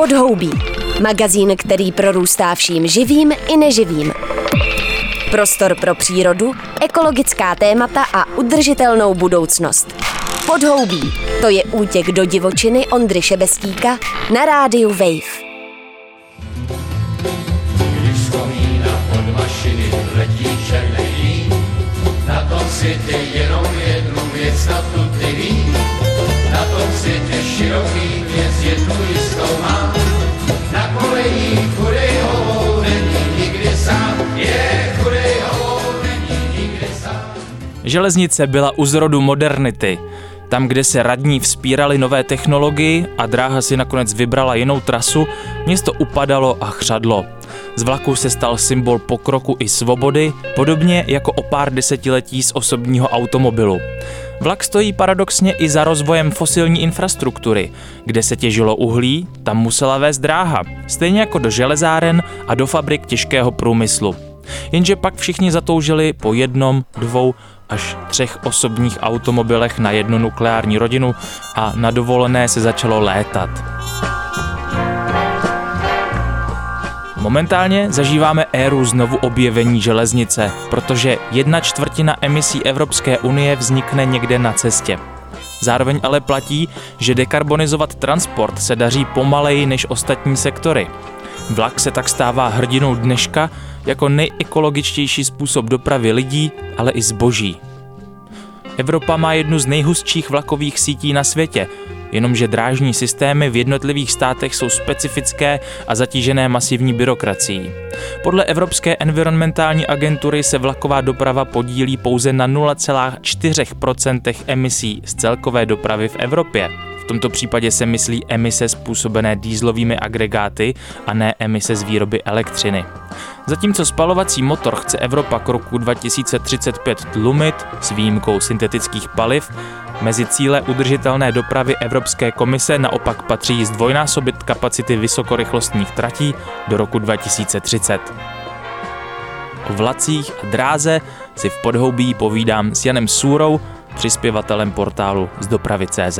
Podhoubí. Magazín, který prorůstá vším živým i neživým. Prostor pro přírodu, ekologická témata a udržitelnou budoucnost. Podhoubí. To je útěk do divočiny Ondry Šebestíka na rádiu Wave. Když vzpomíná od mašiny letí černý lín, na tom světě jenom jednu věc na tu ty ví. Na tom světě široký věc jednu jistou má. Na kolejích chudejhovou není nikdy sám. Chudejhovou není nikdy sám. Železnice byla u zrodu modernity. Tam, kde se radní vzpírali nové technologii a dráha si nakonec vybrala jinou trasu, město upadalo a chřadlo. Z vlaku se stal symbol pokroku i svobody, podobně jako o pár desetiletí z osobního automobilu. Vlak stojí paradoxně i za rozvojem fosilní infrastruktury. Kde se těžilo uhlí, tam musela vést dráha, stejně jako do železáren a do fabrik těžkého průmyslu. Jenže pak všichni zatoužili po 1, 2 až 3 osobních automobilech na jednu nukleární rodinu a na dovolené se začalo létat. Momentálně zažíváme éru znovu objevení železnice, protože 1/4 emisí Evropské unie vznikne někde na cestě. Zároveň ale platí, že dekarbonizovat transport se daří pomaleji než ostatní sektory. Vlak se tak stává hrdinou dneška jako nejekologičtější způsob dopravy lidí, ale i zboží. Evropa má jednu z nejhustších vlakových sítí na světě, jenomže drážní systémy v jednotlivých státech jsou specifické a zatížené masivní byrokracií. Podle Evropské environmentální agentury se vlaková doprava podílí pouze na 0,4% emisí z celkové dopravy v Evropě. V tomto případě se myslí emise způsobené dieselovými agregáty a ne emise z výroby elektřiny. Zatímco spalovací motor chce Evropa k roku 2035 tlumit s výjimkou syntetických paliv, mezi cíle udržitelné dopravy Evropské komise naopak patří zdvojnásobit kapacity vysokorychlostních tratí do roku 2030. O vlacích a dráze si v Podhoubí povídám s Janem Sůrou, přispěvatelem portálu zdopravy.cz.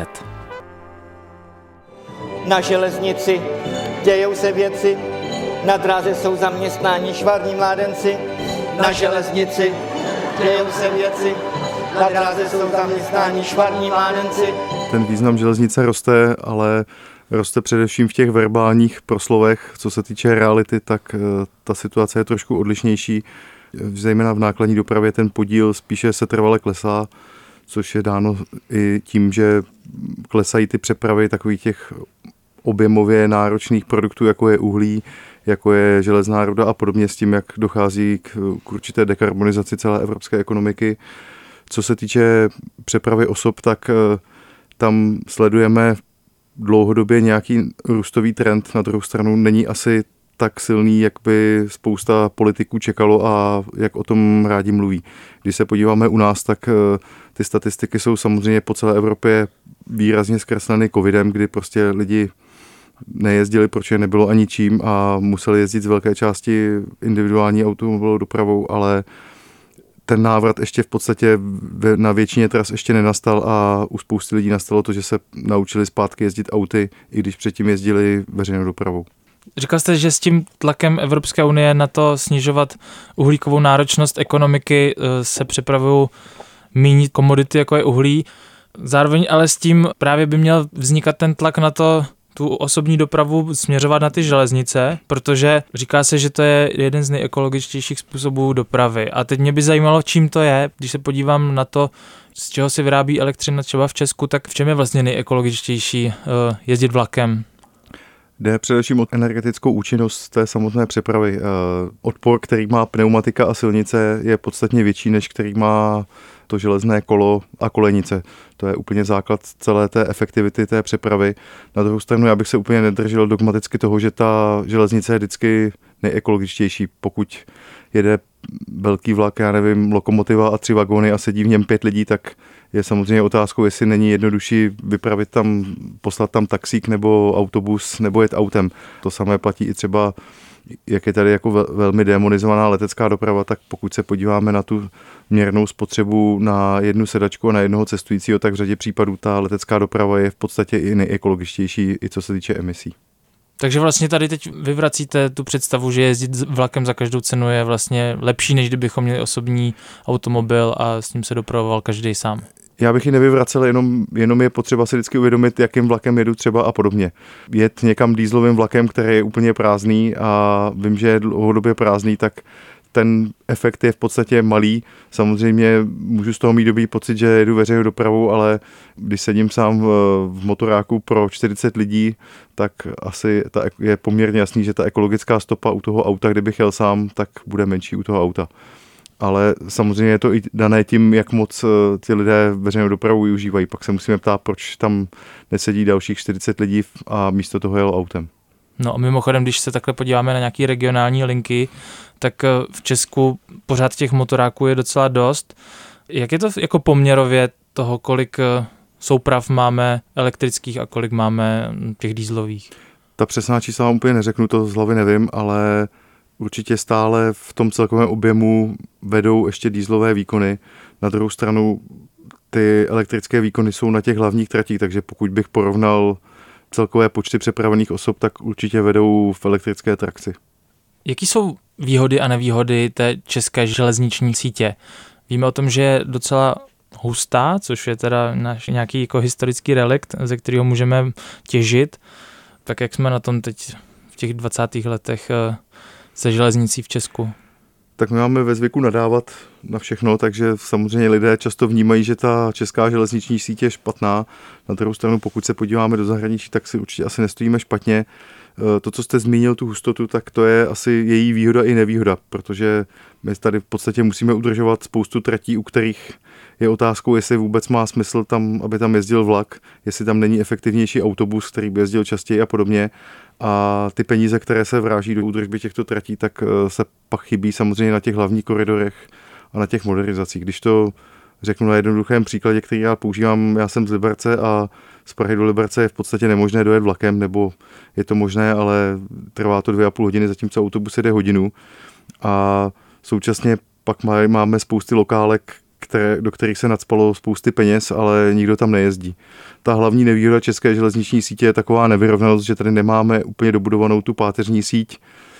Na železnici dějou se věci, na dráze jsou zaměstnáni švarní mládenci. Na železnici dějou se věci, na dráze jsou zaměstnáni švarní mládenci. Ten význam železnice roste, ale roste především v těch verbálních proslovech. Co se týče reality, tak ta situace je trošku odlišnější. Zejména v nákladní dopravě ten podíl spíše setrvale klesá, což je dáno i tím, že klesají ty přepravy takových těch objemově náročných produktů, jako je uhlí, jako je železná ruda a podobně, s tím, jak dochází k určité dekarbonizaci celé evropské ekonomiky. Co se týče přepravy osob, tak tam sledujeme dlouhodobě nějaký růstový trend. Na druhou stranu není asi tak silný, jak by spousta politiků čekalo a jak o tom rádi mluví. Když se podíváme u nás, tak ty statistiky jsou samozřejmě po celé Evropě výrazně zkresleny covidem, kdy prostě lidi nejezdili, protože nebylo ani čím a museli jezdit z velké části individuální automobilovou dopravou, ale ten návrat ještě v podstatě na většině tras ještě nenastal a u spousty lidí nastalo to, že se naučili zpátky jezdit auty, i když předtím jezdili veřejnou dopravou. Říkal jste, že s tím tlakem Evropské unie na to snižovat uhlíkovou náročnost ekonomiky se přepravují méně komodity, jako je uhlí. Zároveň ale s tím právě by měl vznikat ten tlak na to, tu osobní dopravu směřovat na ty železnice, protože říká se, že to je jeden z nejekologičtějších způsobů dopravy. A teď mě by zajímalo, čím to je, když se podívám na to, z čeho se vyrábí elektřina třeba v Česku, tak v čem je vlastně nejekologičtější jezdit vlakem? Jde především o energetickou účinnost té samotné přepravy. Odpor, který má pneumatika a silnice, je podstatně větší, než který má to železné kolo a kolejnice. To je úplně základ celé té efektivity té přepravy. Na druhou stranu já bych se úplně nedržel dogmaticky toho, že ta železnice je vždycky nejekologičtější. Pokud jede velký vlak, já nevím, lokomotiva a 3 vagóny a sedí v něm 5 lidí, tak je samozřejmě otázkou, jestli není jednodušší vypravit tam, poslat tam taxík nebo autobus nebo jet autem. To samé platí i třeba, jak je tady jako velmi demonizovaná letecká doprava, tak pokud se podíváme na tu měrnou spotřebu na jednu sedačku a na jednoho cestujícího, tak v řadě případů ta letecká doprava je v podstatě i nejekologičtější, i co se týče emisí. Takže vlastně tady teď vyvracíte tu představu, že jezdit vlakem za každou cenu je vlastně lepší, než kdybychom měli osobní automobil a s ním se dopravoval každý sám. Já bych ji nevyvracel, jenom je potřeba si vždycky uvědomit, jakým vlakem jedu třeba a podobně. Jet někam dieselovým vlakem, který je úplně prázdný a vím, že je dlouhodobě prázdný, tak ten efekt je v podstatě malý. Samozřejmě můžu z toho mít dobrý pocit, že jedu veřejnou dopravou, ale když sedím sám v motoráku pro 40 lidí, tak asi je poměrně jasný, že ta ekologická stopa u toho auta, kdybych jel sám, tak bude menší u toho auta. Ale samozřejmě je to i dané tím, jak moc ty lidé veřejnou dopravu využívají. Pak se musíme ptát, proč tam nesedí dalších 40 lidí a místo toho jel autem. No a mimochodem, když se takhle podíváme na nějaké regionální linky, tak v Česku pořád těch motoráků je docela dost. Jak je to jako poměrově toho, kolik souprav máme elektrických a kolik máme těch dieselových? Ta přesná čísla vám úplně neřeknu, to z hlavy nevím, ale určitě stále v tom celkovém objemu vedou ještě dieselové výkony. Na druhou stranu ty elektrické výkony jsou na těch hlavních tratích, takže pokud bych porovnal celkové počty přepravených osob, tak určitě vedou v elektrické trakci. Jaký jsou výhody a nevýhody té české železniční sítě? Víme o tom, že je docela hustá, což je teda náš nějaký jako historický relikt, ze kterého můžeme těžit. Tak jak jsme na tom teď v těch 20. letech se železnicí v Česku? Tak my máme ve zvyku nadávat na všechno, takže samozřejmě lidé často vnímají, že ta česká železniční síť je špatná. Na druhou stranu, pokud se podíváme do zahraničí, tak si určitě asi nestojíme špatně. To, co jste zmínil, tu hustotu, tak to je asi její výhoda i nevýhoda, protože my tady v podstatě musíme udržovat spoustu tratí, u kterých je otázkou, jestli vůbec má smysl tam, aby tam jezdil vlak, jestli tam není efektivnější autobus, který by jezdil častěji a podobně. A ty peníze, které se vráží do údržby těchto tratí, tak se pak chybí samozřejmě na těch hlavních koridorech a na těch modernizacích. Když to řeknu na jednoduchém příkladě, který já používám, já jsem z Liberce a z Prahy do Liberce je v podstatě nemožné dojet vlakem, nebo je to možné, ale trvá to 2,5 hodiny, zatímco autobus jede hodinu. A současně pak máme spousty lokálek, do kterých se nacpalo spousty peněz, ale nikdo tam nejezdí. Ta hlavní nevýhoda české železniční sítě je taková nevyrovnanost, že tady nemáme úplně dobudovanou tu páteřní síť,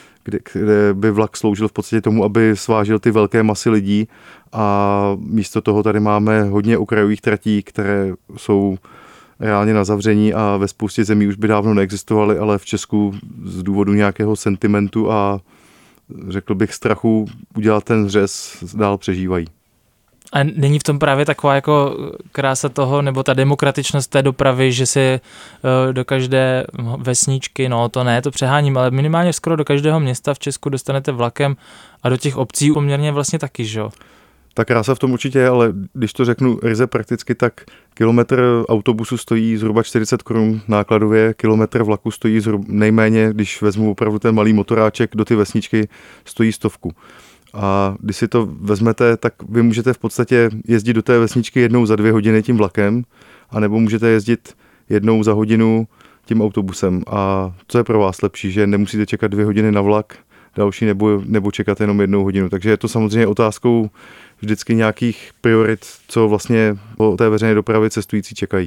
kde by vlak sloužil v podstatě tomu, aby svážil ty velké masy lidí, a místo toho tady máme hodně okrajových tratí, které jsou reálně na zavření a ve spoustě zemí už by dávno neexistovaly, ale v Česku z důvodu nějakého sentimentu a řekl bych strachu udělat ten řez dál přežívají. A není v tom právě taková jako krása toho, nebo ta demokratičnost té dopravy, že si do každé vesničky, no to ne, to přeháním, ale minimálně skoro do každého města v Česku dostanete vlakem a do těch obcí poměrně vlastně taky, že jo? Ta krása v tom určitě je, ale když to řeknu ryze prakticky, tak kilometr autobusu stojí zhruba 40 korun nákladově, kilometr vlaku stojí nejméně, když vezmu opravdu ten malý motoráček do ty vesničky, stojí 100. A když si to vezmete, tak vy můžete v podstatě jezdit do té vesničky jednou za 2 hodiny tím vlakem, anebo můžete jezdit jednou za hodinu tím autobusem. A co je pro vás lepší, že nemusíte čekat 2 hodiny na vlak další nebo čekat jenom 1 hodinu. Takže je to samozřejmě otázkou vždycky nějakých priorit, co vlastně po té veřejné dopravě cestující čekají.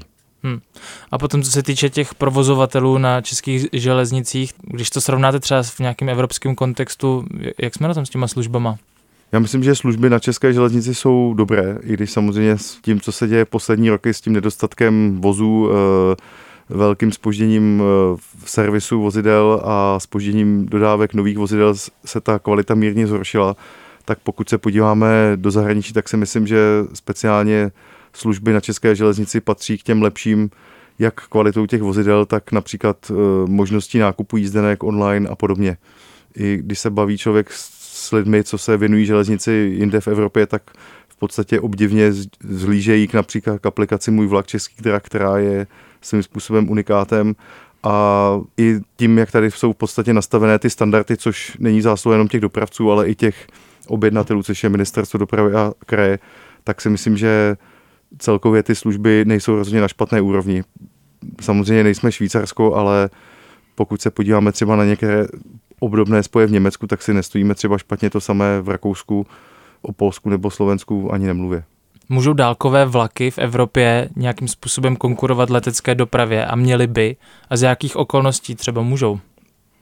A potom, co se týče těch provozovatelů na českých železnicích, když to srovnáte třeba v nějakém evropském kontextu, jak jsme na tom s těma službama? Já myslím, že služby na české železnici jsou dobré, i když samozřejmě s tím, co se děje poslední roky, s tím nedostatkem vozů, velkým zpožděním v servisu vozidel a zpožděním dodávek nových vozidel se ta kvalita mírně zhoršila. Tak pokud se podíváme do zahraničí, tak si myslím, že speciálně služby na české železnici patří k těm lepším, jak kvalitou těch vozidel, tak například možností nákupu jízdenek online a podobně. I když se baví člověk s lidmi, co se věnují železnici jinde v Evropě, tak v podstatě obdivně zhlížejí například k aplikaci Můj vlak český, která je svým způsobem unikátem. A i tím, jak tady jsou v podstatě nastavené ty standardy, což není zásluha jenom těch dopravců, ale i těch objednatelů, což je Ministerstvo dopravy a kraje, tak si myslím, že celkově ty služby nejsou rozhodně na špatné úrovni. Samozřejmě nejsme Švýcarsko, ale pokud se podíváme třeba na některé obdobné spoje v Německu, tak si nestojíme třeba špatně, to samé v Rakousku, o Polsku nebo Slovensku ani nemluvě. Můžou dálkové vlaky v Evropě nějakým způsobem konkurovat letecké dopravě a měly by? A z jakých okolností třeba můžou?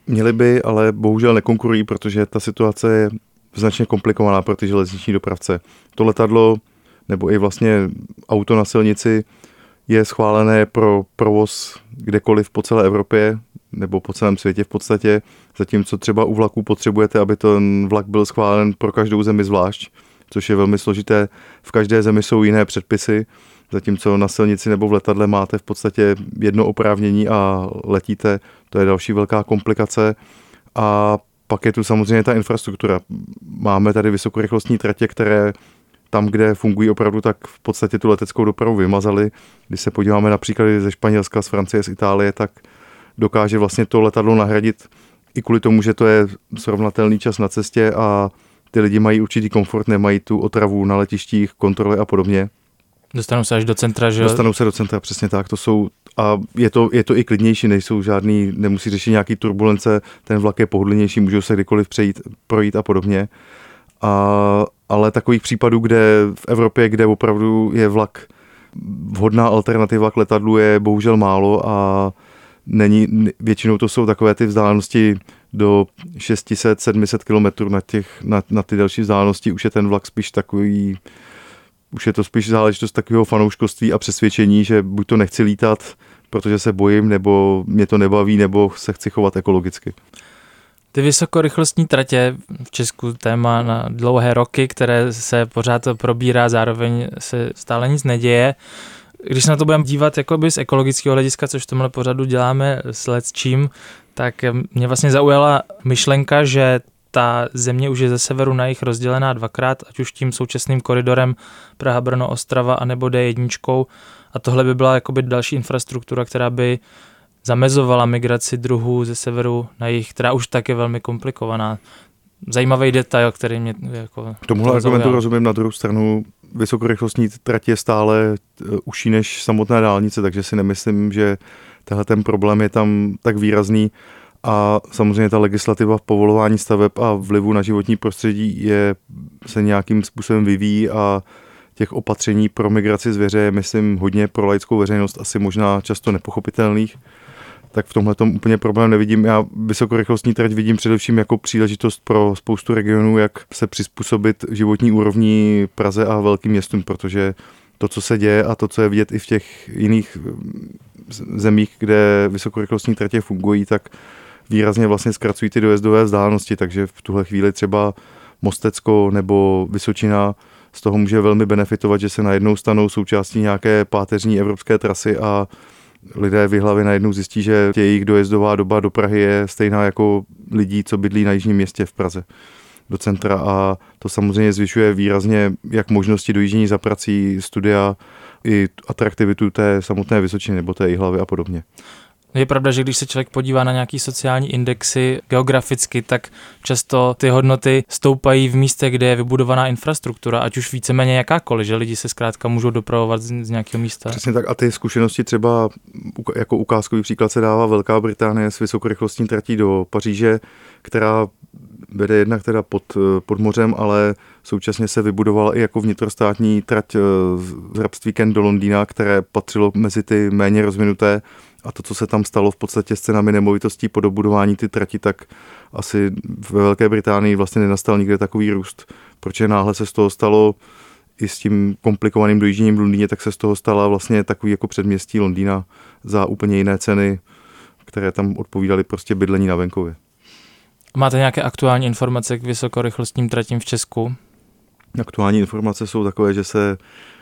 Měli by, ale bohužel nekonkurují, protože ta situace je značně komplikovaná pro ty železniční dopravce. To letadlo, nebo i vlastně auto na silnici je schválené pro provoz kdekoliv po celé Evropě, nebo po celém světě v podstatě, zatímco třeba u vlaků potřebujete, aby ten vlak byl schválen pro každou zemi zvlášť, což je velmi složité. V každé zemi jsou jiné předpisy, zatímco na silnici nebo v letadle máte v podstatě jedno oprávnění a letíte. To je další velká komplikace. A pak je tu samozřejmě ta infrastruktura. Máme tady vysokorychlostní tratě, které tam, kde fungují opravdu, tak v podstatě tu leteckou dopravu vymazali. Když se podíváme například ze Španělska, z Francie, z Itálie, tak dokáže vlastně to letadlo nahradit i kvůli tomu, že to je srovnatelný čas na cestě a ty lidi mají určitý komfort, nemají tu otravu na letištích, kontroly a podobně. Dostanou se až do centra, že? Dostanou se do centra, přesně tak. To jsou, a je to i klidnější, nejsou žádný, nemusí řešit nějaký turbulence, ten vlak je pohodlnější, můžou se kdykoliv projít a podobně. Ale takových případů, kde v Evropě, kde opravdu je vlak vhodná alternativa k letadlu, je bohužel málo a většinou to jsou takové ty vzdálenosti do 600-700 kilometrů na ty další vzdálenosti. Už je ten vlak spíš takový, už je to spíš záležitost takového fanouškovství a přesvědčení, že buď to nechci lítat, protože se bojím, nebo mě to nebaví, nebo se chci chovat ekologicky. Ty vysokorychlostní tratě v Česku téma na dlouhé roky, které se pořád probírá, zároveň se stále nic neděje. Když se na to budeme dívat jakoby z ekologického hlediska, což v tomhle pořadu děláme s letčím, tak mě vlastně zaujala myšlenka, že ta země už je ze severu na jih rozdělená dvakrát, ať už tím současným koridorem Praha, Brno, Ostrava, anebo D1. A tohle by byla jakoby další infrastruktura, která by zamezovala migraci druhů ze severu na jih, která už tak je velmi komplikovaná. Zajímavý detail, který mě jako... Tomuhle argumentu rozumím. Na druhou stranu vysokorychlostní trať je stále užší než samotná dálnice, takže si nemyslím, že tenhle ten problém je tam tak výrazný. A samozřejmě ta legislativa v povolování staveb a vlivu na životní prostředí se nějakým způsobem vyvíjí a těch opatření pro migraci zvěře je, myslím, hodně pro laickou veřejnost, asi možná často nepochopitelných. Tak v tomhle tom úplně problém nevidím. Já vysokorychlostní trať vidím především jako příležitost pro spoustu regionů, jak se přizpůsobit životní úrovni Praze a velkým městům, protože to, co se děje a to, co je vidět i v těch jiných zemích, kde vysokorychlostní tratě fungují, tak výrazně vlastně zkracují ty dojezdové vzdálenosti, takže v tuhle chvíli třeba Mostecko nebo Vysočina z toho může velmi benefitovat, že se najednou stanou součástí nějaké páteřní evropské trasy a lidé v Jihlavě najednou zjistí, že jejich dojezdová doba do Prahy je stejná jako lidí, co bydlí na jižním městě v Praze do centra a to samozřejmě zvyšuje výrazně jak možnosti dojíždění za prací, studia i atraktivitu té samotné Vysočiny nebo té Jihlavy a podobně. Je pravda, že když se člověk podívá na nějaký sociální indexy geograficky, tak často ty hodnoty stoupají v místech, kde je vybudovaná infrastruktura, ať už víceméně jakákoliv, že lidi se zkrátka můžou dopravovat z nějakého místa. Přesně tak a ty zkušenosti třeba jako ukázkový příklad se dává Velká Británie s vysokorychlostní tratí do Paříže, která vede jednak teda pod mořem, ale současně se vybudovala i jako vnitrostátní trať z Hrabství Kent do Londýna, které patřilo mezi ty méně rozvinuté. A to, co se tam stalo v podstatě s cenami nemovitostí po dobudování ty trati, tak asi ve Velké Británii vlastně nenastal nikde takový růst. Protože náhle se z toho stalo i s tím komplikovaným dojížděním v Londýně, tak se z toho stala vlastně takový jako předměstí Londýna za úplně jiné ceny, které tam odpovídaly prostě bydlení na venkově. Máte nějaké aktuální informace k vysokorychlostním tratím v Česku? Aktuální informace jsou takové, že se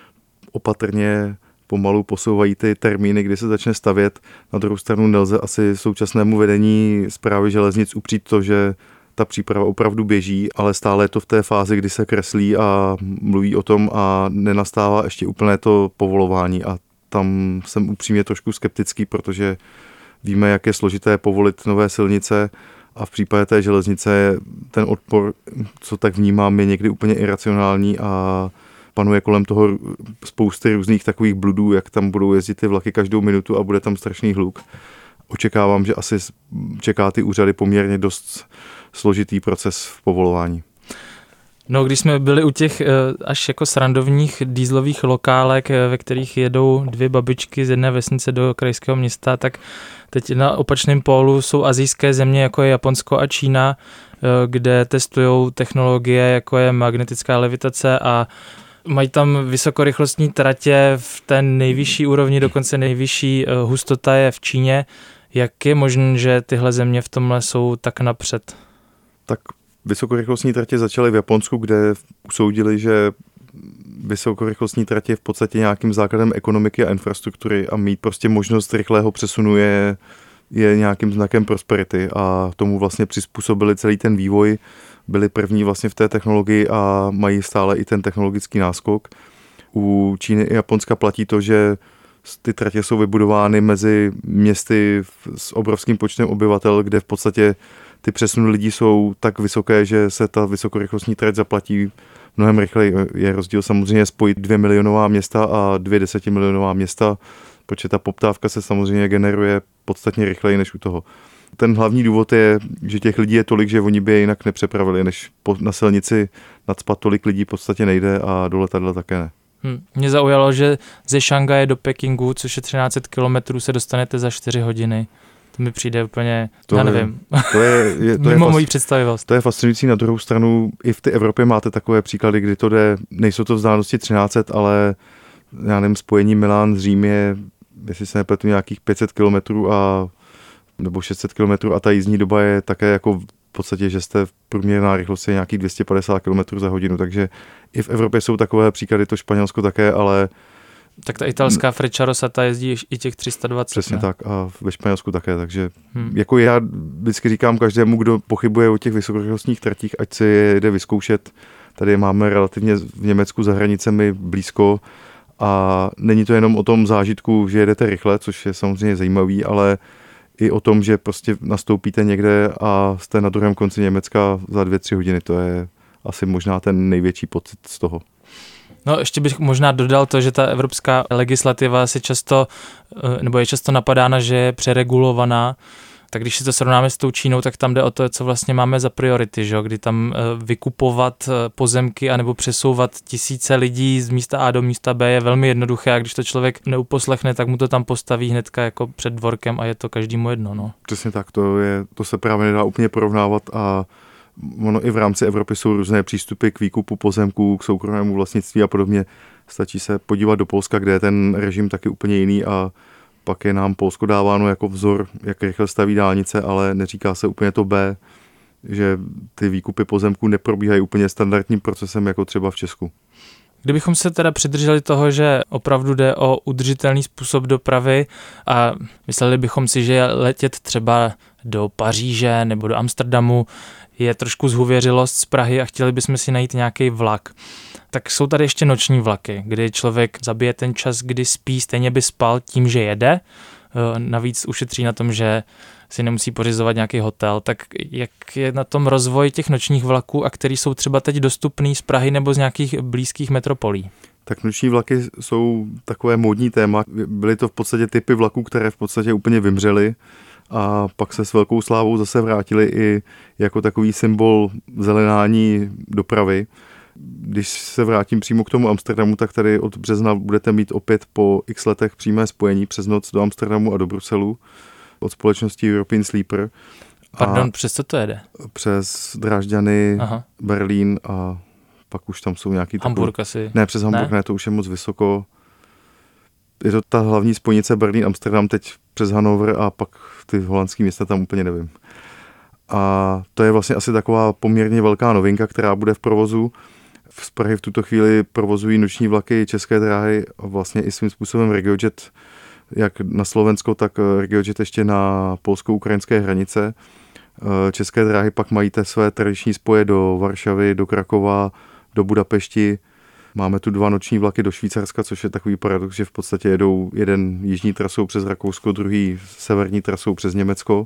opatrně pomalu posouvají ty termíny, kdy se začne stavět. Na druhou stranu nelze asi současnému vedení Správy železnic upřít to, že ta příprava opravdu běží, ale stále je to v té fázi, kdy se kreslí a mluví o tom a nenastává ještě úplné to povolování. A tam jsem upřímně trošku skeptický, protože víme, jak je složité povolit nové silnice a v případě té železnice ten odpor, co tak vnímám, je někdy úplně iracionální a panuje kolem toho spousty různých takových bludů, jak tam budou jezdit ty vlaky každou minutu a bude tam strašný hluk. Očekávám, že asi čeká ty úřady poměrně dost složitý proces v povolování. No, když jsme byli u těch až jako srandovních dieselových lokálek, ve kterých jedou dvě babičky z jedné vesnice do krajského města, tak teď na opačném pólu jsou asijské země, jako je Japonsko a Čína, kde testují technologie, jako je magnetická levitace a mají tam vysokorychlostní tratě v té nejvyšší úrovni, dokonce nejvyšší hustota je v Číně. Jak je možné, že tyhle země v tomhle jsou tak napřed? Tak vysokorychlostní tratě začaly v Japonsku, kde usoudili, že vysokorychlostní tratě je v podstatě nějakým základem ekonomiky a infrastruktury a mít prostě možnost rychlého přesunu je nějakým znakem prosperity a tomu vlastně přizpůsobili celý ten vývoj. Byli první vlastně v té technologii a mají stále i ten technologický náskok. U Číny i Japonska platí to, že ty tratě jsou vybudovány mezi městy s obrovským počtem obyvatel, kde v podstatě ty přesuny lidí jsou tak vysoké, že se ta vysokorychlostní trať zaplatí mnohem rychleji. Je rozdíl samozřejmě spojit 2 milionová města a 2 desetimilionová města, protože ta poptávka se samozřejmě generuje podstatně rychleji než u toho. Ten hlavní důvod je, že těch lidí je tolik, že oni by je jinak nepřepravili, než na silnici nacpat tolik lidí v podstatě nejde a do letadla také ne. Mě zaujalo, že ze Šanghaje do Pekingu, což je 1300 kilometrů, se dostanete za 4 hodiny. To mi přijde úplně, já nevím, mimo mojí představivost. To je fascinující. Na druhou stranu i v té Evropě máte takové příklady, kdy to jde, nejsou to vzdálenosti 1300, ale já nevím, spojení Milán s Řím je, jestli se nepletu, nějakých 500 kilometrů nebo 600 kilometrů a ta jízdní doba je také jako v podstatě, že jste v průměrná rychlost je nějakých 250 km za hodinu, takže i v Evropě jsou takové příklady, to Španělsko také, ale tak ta italská Frecciarosata jezdí i těch 320. Přesně tak a ve Španělsku také, takže jako já vždycky říkám každému, kdo pochybuje o těch vysokorychlostních tratích, ať si je jde vyzkoušet. Tady máme relativně v Německu za hranicemi blízko a není to jenom o tom zážitku, že jedete rychle, což je samozřejmě zajímavý, ale i o tom, že prostě nastoupíte někde a jste na druhém konci Německa za 2-3 hodiny. To je asi možná ten největší pocit z toho. No, ještě bych možná dodal to, že ta evropská legislativa je často napadána, že je přeregulovaná. Tak když si to srovnáme s tou Čínou, tak tam jde o to, co vlastně máme za priority, že? Kdy tam vykupovat pozemky anebo přesouvat tisíce lidí z místa A do místa B je velmi jednoduché a když to člověk neuposlechne, tak mu to tam postaví hnedka jako před dvorkem a je to každému jedno. No. Přesně tak, to se právě nedá úplně porovnávat a ono i v rámci Evropy jsou různé přístupy k výkupu pozemků, k soukromému vlastnictví a podobně. Stačí se podívat do Polska, kde je ten režim taky úplně jiný a pak je nám Polsko dáváno jako vzor, jak rychle staví dálnice, ale neříká se úplně to B, že ty výkupy pozemků neprobíhají úplně standardním procesem, jako třeba v Česku. Kdybychom se teda přidrželi toho, že opravdu jde o udržitelný způsob dopravy a mysleli bychom si, že letět třeba do Paříže nebo do Amsterdamu je trošku zhuvěřilost z Prahy a chtěli bychom si najít nějaký vlak. Tak jsou tady ještě noční vlaky, kdy člověk zabije ten čas, kdy spí, stejně by spal tím, že jede. Navíc ušetří na tom, že si nemusí pořizovat nějaký hotel. Tak jak je na tom rozvoj těch nočních vlaků a který jsou třeba teď dostupný z Prahy nebo z nějakých blízkých metropolí? Tak noční vlaky jsou takové módní téma. Byly to v podstatě typy vlaků, které v podstatě úplně vymřely a pak se s velkou slávou zase vrátili i jako takový symbol zelenání dopravy. Když se vrátím přímo k tomu Amsterdamu, tak tady od března budete mít opět po x letech přímé spojení přes noc do Amsterdamu a do Bruselu od společnosti European Sleeper. Pardon, přes co to jede? Přes Drážďany, Berlín a pak už tam jsou nějaký... Hamburg asi? Ne, přes Hamburg ne, to už je moc vysoko. Je to ta hlavní spojnice Berlín-Amsterdam, teď přes Hannover a pak ty holandský města tam úplně nevím. A to je vlastně asi taková poměrně velká novinka, která bude v provozu. Z Prahy v tuto chvíli provozují noční vlaky České dráhy a vlastně i svým způsobem RegioJet, jak na Slovensko, tak RegioJet ještě na polsko-ukrajinské hranice. České dráhy pak mají své tradiční spoje do Varšavy, do Krakova, do Budapešti. Máme tu 2 noční vlaky do Švýcarska, což je takový paradox, že v podstatě jedou jeden jižní trasou přes Rakousko, druhý severní trasou přes Německo.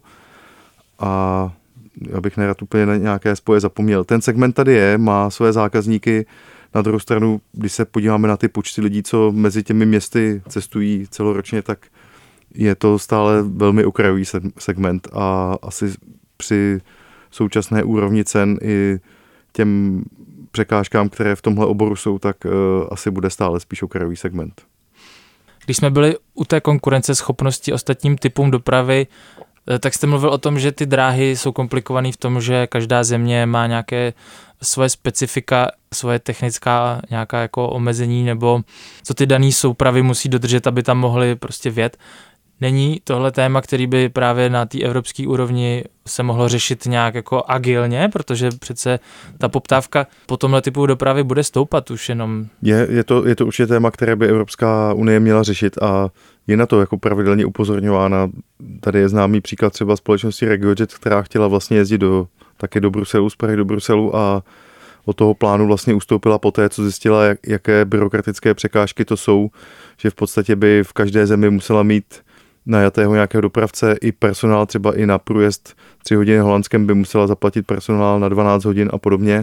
A já bych nerad úplně na nějaké spoje zapomněl. Ten segment tady má své zákazníky. Na druhou stranu, když se podíváme na ty počty lidí, co mezi těmi městy cestují celoročně, tak je to stále velmi okrajový segment a asi při současné úrovni cen i těm překážkám, které v tomhle oboru jsou, tak asi bude stále spíš okrajový segment. Když jsme byli u té konkurenceschopnosti ostatním typům dopravy, tak jste mluvil o tom, že ty dráhy jsou komplikované v tom, že každá země má nějaké svoje specifika, svoje technická nějaká jako omezení, nebo co ty dané soupravy musí dodržet, aby tam mohly prostě vjet. Není tohle téma, který by právě na té evropské úrovni se mohlo řešit nějak jako agilně, protože přece ta poptávka po tomhle typu dopravy bude stoupat už jenom. Je to určitě téma, které by Evropská unie měla řešit a je na to jako pravidelně upozorňována. Tady je známý příklad třeba společnosti RegioJet, která chtěla vlastně jezdit také do Bruselu, z Prahy do Bruselu a od toho plánu vlastně ustoupila poté, co zjistila, jaké byrokratické překážky to jsou, že v podstatě by v každé zemi musela mít najatého nějakého dopravce i personál, třeba i na průjezd 3 hodiny Holandskem by musela zaplatit personál na 12 hodin a podobně.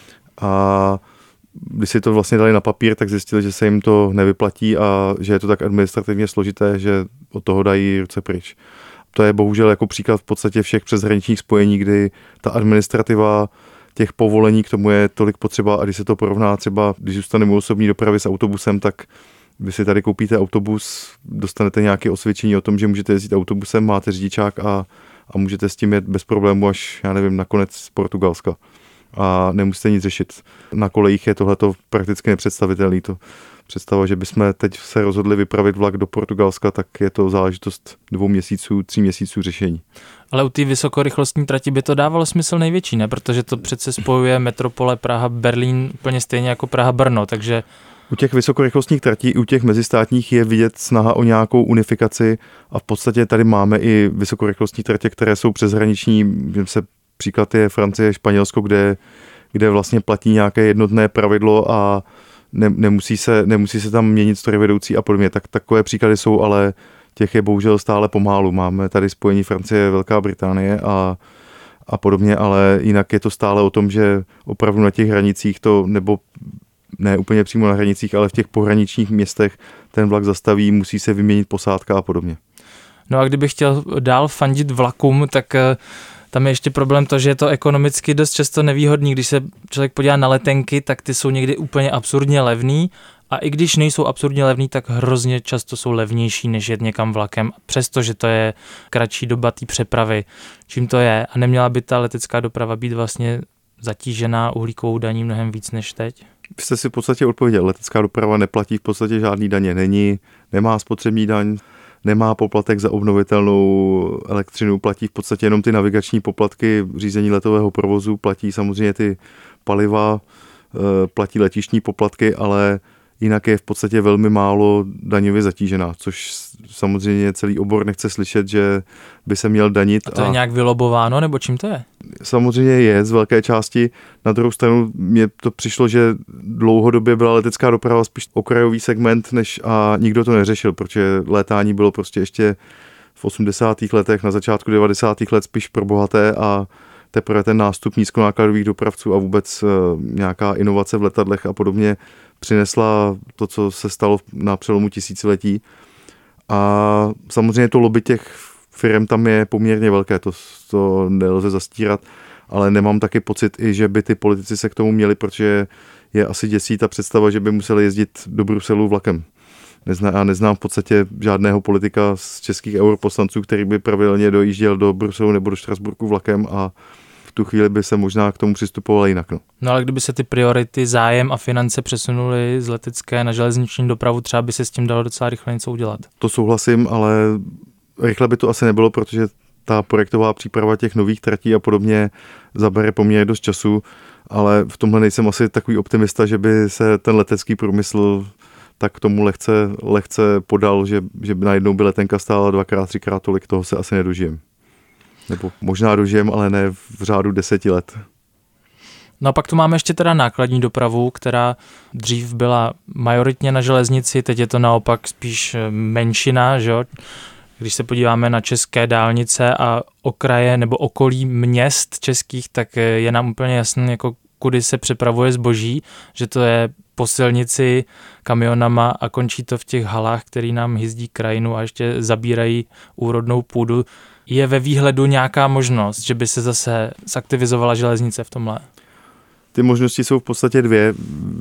A když si to vlastně dali na papír, tak zjistili, že se jim to nevyplatí a že je to tak administrativně složité, že od toho dají ruce pryč. To je bohužel jako příklad v podstatě všech přeshraničních spojení, kdy ta administrativa těch povolení k tomu je tolik potřeba a když se to porovná třeba, když zůstaneme u osobní dopravy s autobusem, tak vy si tady koupíte autobus, dostanete nějaké osvědčení o tom, že můžete jezdit autobusem, máte řidičák a můžete s tím jet bez problému až, já nevím, na konec Portugalska. A nemusíte nic řešit. Na kolejích je tohleto prakticky nepředstavitelné. To představa, že bychom teď se rozhodli vypravit vlak do Portugalska, tak je to záležitost 2 měsíců, 3 měsíců řešení. Ale u té vysokorychlostní trati by to dávalo smysl největší, ne? Protože to přece spojuje metropole Praha-Berlín úplně stejně jako Praha-Brno, takže... U těch vysokorychlostních tratí, u těch mezistátních je vidět snaha o nějakou unifikaci a v podstatě tady máme i vysokorychlostní tratě, které jsou přeshraniční. Příklad je Francie, Španělsko, kde vlastně platí nějaké jednotné pravidlo a nemusí se tam měnit strojvedoucí a podobně. Tak takové příklady jsou, ale těch je bohužel stále pomálu. Máme tady spojení Francie, Velká Británie a podobně, ale jinak je to stále o tom, že opravdu na těch hranicích to, nebo ne úplně přímo na hranicích, ale v těch pohraničních městech ten vlak zastaví, musí se vyměnit posádka a podobně. No a kdybych chtěl dál fandit vlakům, tak tam je ještě problém to, že je to ekonomicky dost často nevýhodný. Když se člověk podívá na letenky, tak ty jsou někdy úplně absurdně levný a i když nejsou absurdně levný, tak hrozně často jsou levnější, než jet někam vlakem, přestože to je kratší doba té přepravy. Čím to je? A neměla by ta letecká doprava být vlastně zatížená uhlíkovou daní mnohem víc než teď? Vy jste si v podstatě odpověděl, letecká doprava neplatí v podstatě žádný daně, nemá spotřební daň, nemá poplatek za obnovitelnou elektřinu, platí v podstatě jenom ty navigační poplatky řízení letového provozu, platí samozřejmě ty paliva, platí letištní poplatky, ale jinak je v podstatě velmi málo daňově zatížená, což samozřejmě celý obor nechce slyšet, že by se měl danit. A to je nějak vylobováno, nebo čím to je? Samozřejmě je z velké části. Na druhou stranu mně to přišlo, že dlouhodobě byla letecká doprava spíš okrajový segment, a nikdo to neřešil, protože létání bylo prostě ještě v 80. letech, na začátku 90. let spíš pro bohaté a teprve ten nástup nízkonákladových dopravců a vůbec nějaká inovace v letadlech a podobně přinesla to, co se stalo na přelomu tisíciletí. A samozřejmě to lobby těch firem tam je poměrně velké, to nelze zastírat, ale nemám taky pocit, i že by ty politici se k tomu měli, protože je asi děsí ta představa, že by museli jezdit do Bruselu vlakem. Neznám v podstatě žádného politika z českých europoslanců, který by pravidelně dojížděl do Bruselu nebo do Štrasburku vlakem a v tu chvíli by se možná k tomu přistupovalo jinak. No ale kdyby se ty priority, zájem a finance přesunuly z letecké na železniční dopravu, třeba by se s tím dalo docela rychle něco udělat. To souhlasím, ale rychle by to asi nebylo, protože ta projektová příprava těch nových tratí a podobně zabere poměrně dost času, ale v tomhle nejsem asi takový optimista, že by se ten letecký průmysl tak k tomu lehce podal, že by najednou by letenka stála 2x, 3x tolik, toho se asi nedožijem. Nebo možná dožijem, ale ne v řádu 10 let. No a pak tu máme ještě teda nákladní dopravu, která dřív byla majoritně na železnici, teď je to naopak spíš menšina, že jo? Když se podíváme na české dálnice a okraje nebo okolí měst českých, tak je nám úplně jasné, jako kudy se přepravuje zboží, že to je po silnici kamionama a končí to v těch halách, který nám hyzdí krajinu a ještě zabírají úrodnou půdu. Je ve výhledu nějaká možnost, že by se zase zaktivizovala železnice v tomhle? Ty možnosti jsou v podstatě dvě.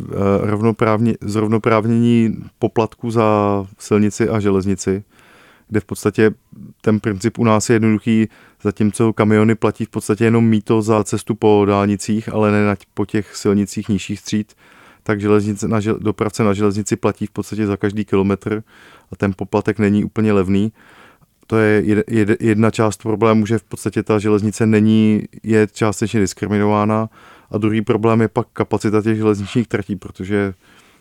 Zrovnoprávnění poplatku za silnici a železnici, kde v podstatě ten princip u nás je jednoduchý, zatímco kamiony platí v podstatě jenom mýto za cestu po dálnicích, ale ne po těch silnicích nižších tříd, tak dopravce na železnici platí v podstatě za každý kilometr a ten poplatek není úplně levný. To je jedna část problému, že v podstatě ta železnice je částečně diskriminována, a druhý problém je pak kapacita těch železničních tratí, protože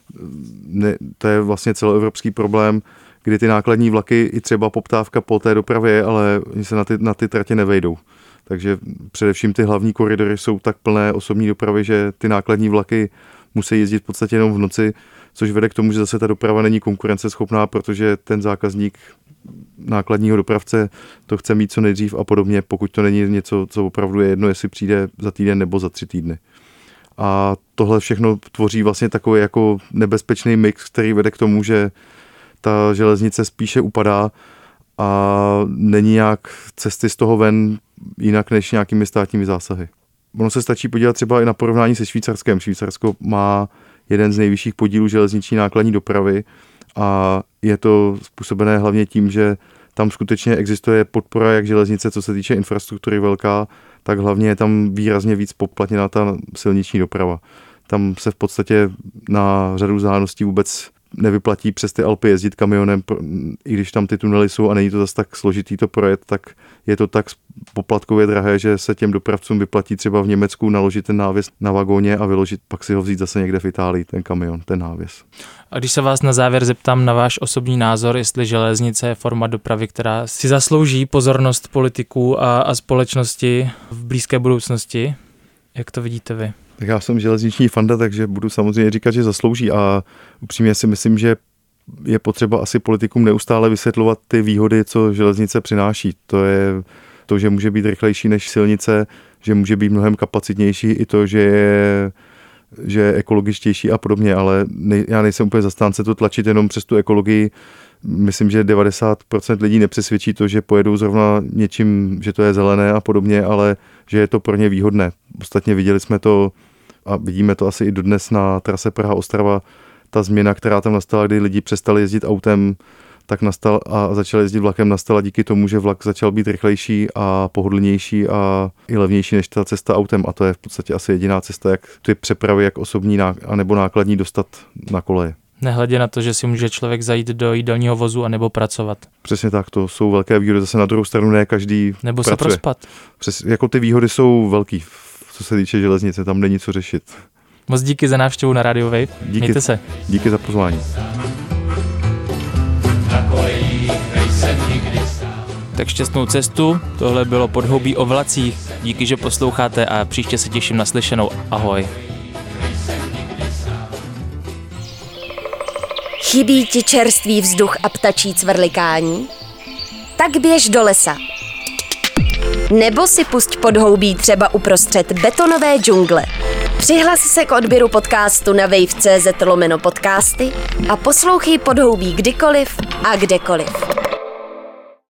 to je vlastně celoevropský problém, kdy ty nákladní vlaky i třeba poptávka po té dopravě, ale oni se na ty tratě nevejdou. Takže především ty hlavní koridory jsou tak plné osobní dopravy, že ty nákladní vlaky musí jezdit v podstatě jenom v noci, což vede k tomu, že zase ta doprava není konkurenceschopná, protože ten zákazník nákladního dopravce to chce mít co nejdřív a podobně, pokud to není něco, co opravdu je jedno, jestli přijde za týden nebo za 3 týdny. A tohle všechno tvoří vlastně takový jako nebezpečný mix, který vede k tomu, že ta železnice spíše upadá a není nějak cesty z toho ven jinak než nějakými státními zásahy. Ono se stačí podívat třeba i na porovnání se Švýcarskem. Švýcarsko má jeden z nejvyšších podílů železniční nákladní dopravy a je to způsobené hlavně tím, že tam skutečně existuje podpora jak železnice, co se týče infrastruktury velká, tak hlavně je tam výrazně víc poplatněná ta silniční doprava. Tam se v podstatě na řadu vzdáleností vůbec nevyplatí přes ty Alpy jezdit kamionem, i když tam ty tunely jsou a není to zase tak složitý to projet, tak je to tak poplatkově drahé, že se těm dopravcům vyplatí třeba v Německu naložit ten návěs na vagóně a vyložit, pak si ho vzít zase někde v Itálii, ten kamion, ten návěs. A když se vás na závěr zeptám na váš osobní názor, jestli železnice je forma dopravy, která si zaslouží pozornost politiků a společnosti v blízké budoucnosti, jak to vidíte vy? Tak já jsem železniční fanda, takže budu samozřejmě říkat, že zaslouží a upřímně si myslím, že je potřeba asi politikům neustále vysvětlovat ty výhody, co železnice přináší. To je to, že může být rychlejší než silnice, že může být mnohem kapacitnější, i to, že je ekologičtější a podobně, ale já nejsem úplně zastánce to tlačit jenom přes tu ekologii. Myslím, že 90% lidí nepřesvědčí to, že pojedou zrovna něčím, že to je zelené a podobně, ale že je to pro ně výhodné. Ostatně viděli jsme to a vidíme to asi i dodnes na trase Praha-Ostrava. Ta změna, která tam nastala, kdy lidi přestali jezdit autem, tak nastal a začali jezdit vlakem, nastala díky tomu, že vlak začal být rychlejší a pohodlnější a i levnější než ta cesta autem. A to je v podstatě asi jediná cesta, jak ty přepravy, jak osobní nebo nákladní dostat na koleje. Nehledě na to, že si může člověk zajít do jídelního vozu a nebo pracovat. Přesně tak, to jsou velké výhody. Zase na druhou stranu ne každý nebo pracuje. Se prospat. Jako ty výhody jsou velký, co se týče železnice, tam není co řešit. Moc díky za návštěvu na Radio Wave. Mějte se. Díky za pozvání. Tak šťastnou cestu, tohle bylo Podhoubí o vlacích. Díky, že posloucháte a příště se těším na slyšenou. Ahoj. Chybí ti čerstvý vzduch a ptačí cvrlikání? Tak běž do lesa. Nebo si pusť Podhoubí třeba uprostřed betonové džungle. Přihlas se k odběru podcastu na wave.cz/podcasty a poslouchej Podhoubí kdykoliv a kdekoliv.